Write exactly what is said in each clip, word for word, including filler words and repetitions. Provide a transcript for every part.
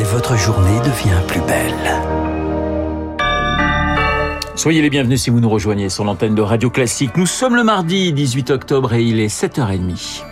et votre journée devient plus belle. Soyez les bienvenus si vous nous rejoignez sur l'antenne de Radio Classique. Nous sommes le mardi dix-huit octobre et il est sept heures trente.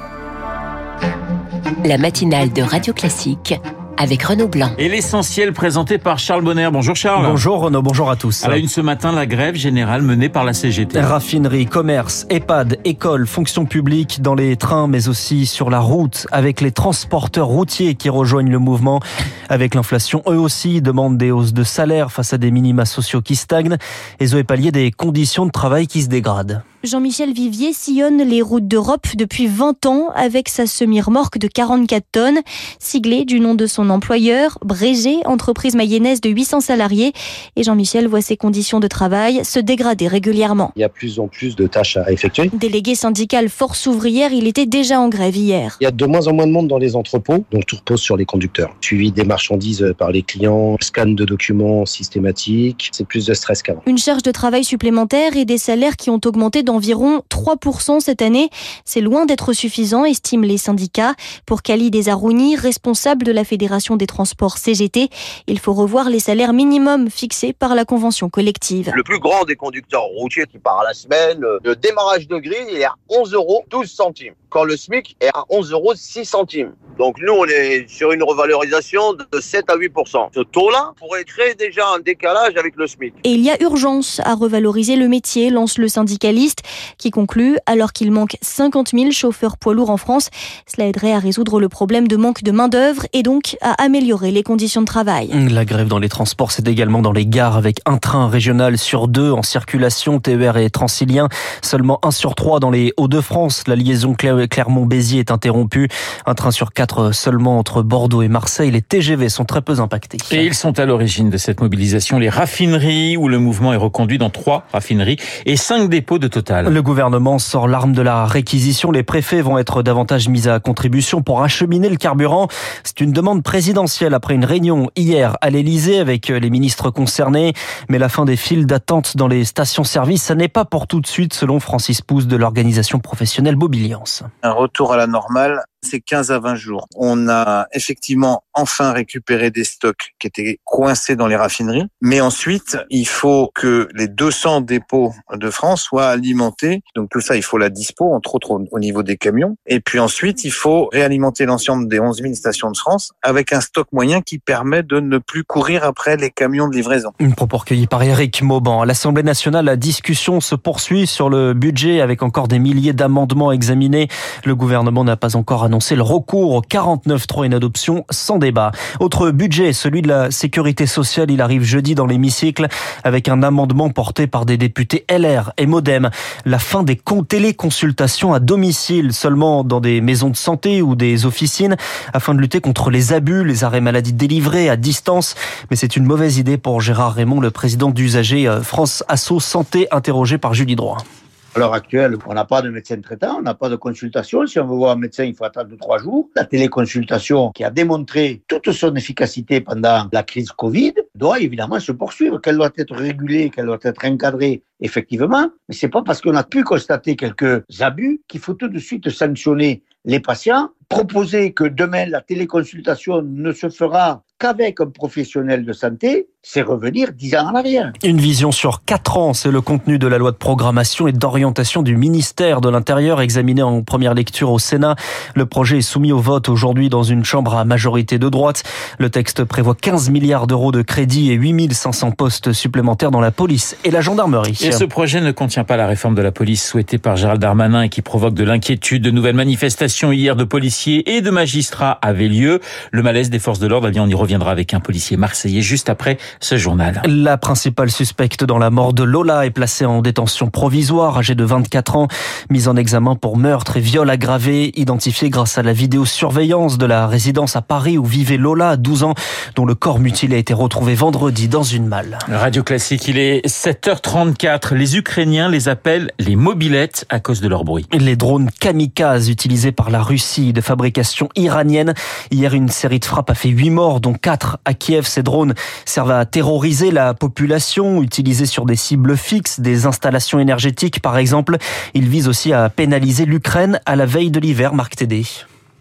La matinale de Radio Classique avec Renaud Blanc. Et l'essentiel présenté par Charles Bonner. Bonjour Charles. Bonjour Renaud, bonjour à tous. À la une ce matin, la grève générale menée par la C G T. Raffinerie, commerce, EHPAD, école, fonction publique dans les trains mais aussi sur la route avec les transporteurs routiers qui rejoignent le mouvement. Avec l'inflation, eux aussi demandent des hausses de salaire face à des minima sociaux qui stagnent et Zoé Pallier des conditions de travail qui se dégradent. Jean-Michel Vivier sillonne les routes d'Europe depuis vingt ans avec sa semi-remorque de quarante-quatre tonnes, siglée du nom de son employeur, Brégé, entreprise mayonnaise de huit cents salariés. Et Jean-Michel voit ses conditions de travail se dégrader régulièrement. Il y a plus en plus de tâches à effectuer. Délégué syndical Force ouvrière, il était déjà en grève hier. Il y a de moins en moins de monde dans les entrepôts, donc tout repose sur les conducteurs. Suivi des marchandises par les clients, scan de documents systématique, c'est plus de stress qu'avant. Une charge de travail supplémentaire et des salaires qui ont augmenté d'environ trois pour cent cette année. C'est loin d'être suffisant, estiment les syndicats. Pour Khalid Ezarouni, responsable de la Fédération des transports C G T, il faut revoir les salaires minimums fixés par la convention collective. Le plus grand des conducteurs routiers qui part à la semaine, le démarrage de grille est à onze euros douze centimes, quand le SMIC est à onze euros six centimes. Donc nous, on est sur une revalorisation de sept à huit pour cent. Ce taux-là pourrait créer déjà un décalage avec le SMIC. Et il y a urgence à revaloriser le métier, lance le syndicaliste, qui conclut, alors qu'il manque cinquante mille chauffeurs poids lourds en France, cela aiderait à résoudre le problème de manque de main-d'œuvre et donc à améliorer les conditions de travail. La grève dans les transports, c'est également dans les gares avec un train régional sur deux en circulation, T E R et Transilien. Seulement un sur trois dans les Hauts-de-France. La liaison Clermont-Béziers est interrompue. Un train sur quatre seulement entre Bordeaux et Marseille. Les T G V sont très peu impactés. Et ils sont à l'origine de cette mobilisation, les raffineries, où le mouvement est reconduit dans trois raffineries et cinq dépôts de Total. Le gouvernement sort l'arme de la réquisition. Les préfets vont être davantage mis à contribution pour acheminer le carburant. C'est une demande présidentielle après une réunion hier à l'Elysée avec les ministres concernés. Mais la fin des files d'attente dans les stations-service, ça n'est pas pour tout de suite, selon Francis Pousse de l'organisation professionnelle Mobiliance. Un retour à la normale, c'est quinze à vingt jours. On a effectivement enfin récupéré des stocks qui étaient coincés dans les raffineries. Mais ensuite, il faut que les deux cents dépôts de France soient alimentés. Donc tout ça, il faut la dispo, entre autres au niveau des camions. Et puis ensuite, il faut réalimenter l'ensemble des onze mille stations de France avec un stock moyen qui permet de ne plus courir après les camions de livraison. Une propos recueillie par Éric Mauban. À l'Assemblée nationale, la discussion se poursuit sur le budget avec encore des milliers d'amendements examinés. Le gouvernement n'a pas encore annoncé le recours au quarante-neuf trois, une adoption sans débat. Autre budget, celui de la sécurité sociale, il arrive jeudi dans l'hémicycle avec un amendement porté par des députés L R et Modem. La fin des téléconsultations à domicile, seulement dans des maisons de santé ou des officines, afin de lutter contre les abus, les arrêts maladie délivrés à distance. Mais c'est une mauvaise idée pour Gérard Raymond, le président d'Usager France Asso Santé, interrogé par Julie Droit. À l'heure actuelle, on n'a pas de médecin traitant, on n'a pas de consultation. Si on veut voir un médecin, il faut attendre trois jours. La téléconsultation, qui a démontré toute son efficacité pendant la crise Covid, doit évidemment se poursuivre. Qu'elle doit être régulée, qu'elle doit être encadrée, effectivement. Mais c'est pas parce qu'on a pu constater quelques abus qu'il faut tout de suite sanctionner les patients. Proposer que demain, la téléconsultation ne se fera qu'avec un professionnel de santé, c'est revenir dix ans en arrière. Une vision sur quatre ans, c'est le contenu de la loi de programmation et d'orientation du ministère de l'Intérieur, examiné en première lecture au Sénat. Le projet est soumis au vote aujourd'hui dans une chambre à majorité de droite. Le texte prévoit quinze milliards d'euros de crédit et huit mille cinq cents postes supplémentaires dans la police et la gendarmerie. Et ce projet ne contient pas la réforme de la police souhaitée par Gérald Darmanin et qui provoque de l'inquiétude. De nouvelles manifestations hier de policiers et de magistrats avaient lieu. Le malaise des forces de l'ordre, eh bien on y reviendra avec un policier marseillais juste après ce journal. La principale suspecte dans la mort de Lola est placée en détention provisoire, âgée de vingt-quatre ans, mise en examen pour meurtre et viol aggravé, identifiée grâce à la vidéosurveillance de la résidence à Paris où vivait Lola à douze ans, dont le corps mutilé a été retrouvé vendredi dans une malle. Radio Classique, il est sept heures trente-quatre. Les Ukrainiens les appellent les mobylettes à cause de leur bruit. Les drones kamikazes utilisés par la Russie de fabrication iranienne. Hier, une série de frappes a fait huit morts, dont quatre à Kiev. Ces drones servent à terroriser la population, utilisés sur des cibles fixes, des installations énergétiques par exemple. Ils visent aussi à pénaliser l'Ukraine à la veille de l'hiver. Marc Tédé.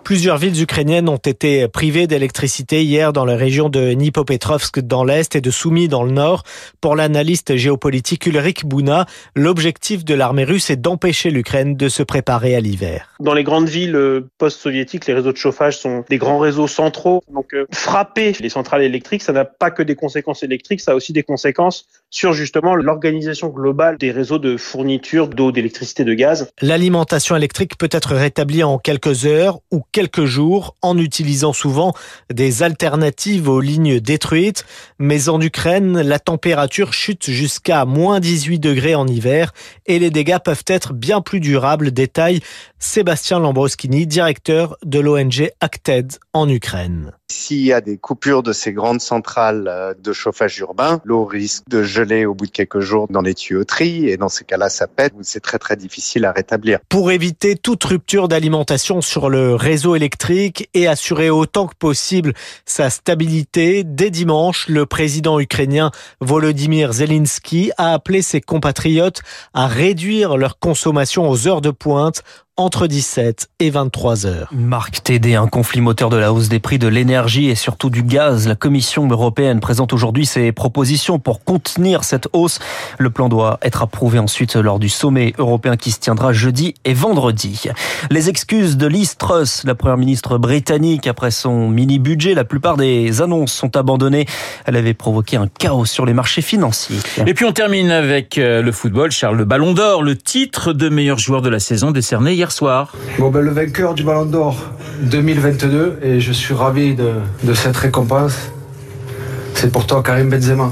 Plusieurs villes ukrainiennes ont été privées d'électricité hier dans la région de Dnipropetrovsk dans l'est et de Soumy dans le nord. Pour l'analyste géopolitique Ulrich Bouna, l'objectif de l'armée russe est d'empêcher l'Ukraine de se préparer à l'hiver. Dans les grandes villes post-soviétiques, les réseaux de chauffage sont des grands réseaux centraux. Donc euh, frapper les centrales électriques, ça n'a pas que des conséquences électriques, ça a aussi des conséquences sur justement l'organisation globale des réseaux de fourniture d'eau, d'électricité, de gaz. L'alimentation électrique peut être rétablie en quelques heures ou quelques jours en utilisant souvent des alternatives aux lignes détruites. Mais en Ukraine, la température chute jusqu'à moins dix-huit degrés en hiver et les dégâts peuvent être bien plus durables, détaille Sébastien Lambroschini, directeur de l'O N G Acted en Ukraine. S'il y a des coupures de ces grandes centrales de chauffage urbain, l'eau risque de geler au bout de quelques jours dans les tuyauteries et dans ces cas-là, ça pète. C'est très très difficile à rétablir. Pour éviter toute rupture d'alimentation sur le réseau électrique et assurer autant que possible sa stabilité, dès dimanche, le président ukrainien Volodymyr Zelensky a appelé ses compatriotes à réduire leur consommation aux heures de pointe entre dix-sept et vingt-trois heures. Marc Tédé, un conflit moteur de la hausse des prix de l'énergie et surtout du gaz. La Commission européenne présente aujourd'hui ses propositions pour contenir cette hausse. Le plan doit être approuvé ensuite lors du sommet européen qui se tiendra jeudi et vendredi. Les excuses de Liz Truss, la première ministre britannique, après son mini-budget. La plupart des annonces sont abandonnées. Elle avait provoqué un chaos sur les marchés financiers. Et puis on termine avec le football. Charles, le Ballon d'Or, le titre de meilleur joueur de la saison décerné hier soir. Bon ben, le vainqueur du Ballon d'Or deux mille vingt-deux, et je suis ravi de, de cette récompense. C'est pour toi, Karim Benzema.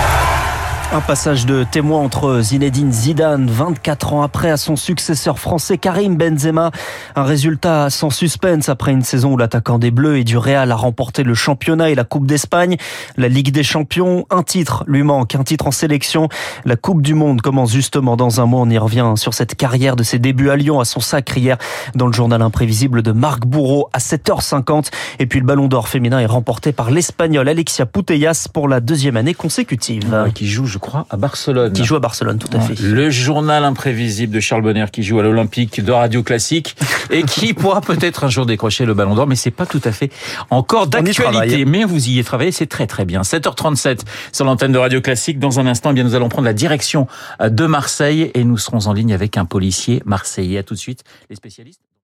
Un passage de témoin entre Zinedine Zidane, vingt-quatre ans après, à son successeur français Karim Benzema. Un résultat sans suspense après une saison où l'attaquant des Bleus et du Real a remporté le championnat et la Coupe d'Espagne. La Ligue des Champions, un titre lui manque, un titre en sélection. La Coupe du Monde commence justement dans un mois. On y revient sur cette carrière de ses débuts à Lyon, à son sacre hier dans le journal imprévisible de Marc Bourreau à sept heures cinquante. Et puis le Ballon d'Or féminin est remporté par l'Espagnol Alexia Putellas pour la deuxième année consécutive. Ouais, qui joue, je crois, à Barcelone. Qui joue à Barcelone, tout à fait. Le journal imprévisible de Charles Bonner qui joue à l'Olympique de Radio Classique et qui pourra peut-être un jour décrocher le Ballon d'Or, mais c'est pas tout à fait encore d'actualité. Mais vous y êtes travaillé, c'est très très bien. sept heures trente-sept sur l'antenne de Radio Classique. Dans un instant, eh bien nous allons prendre la direction de Marseille et nous serons en ligne avec un policier marseillais. À tout de suite, les spécialistes.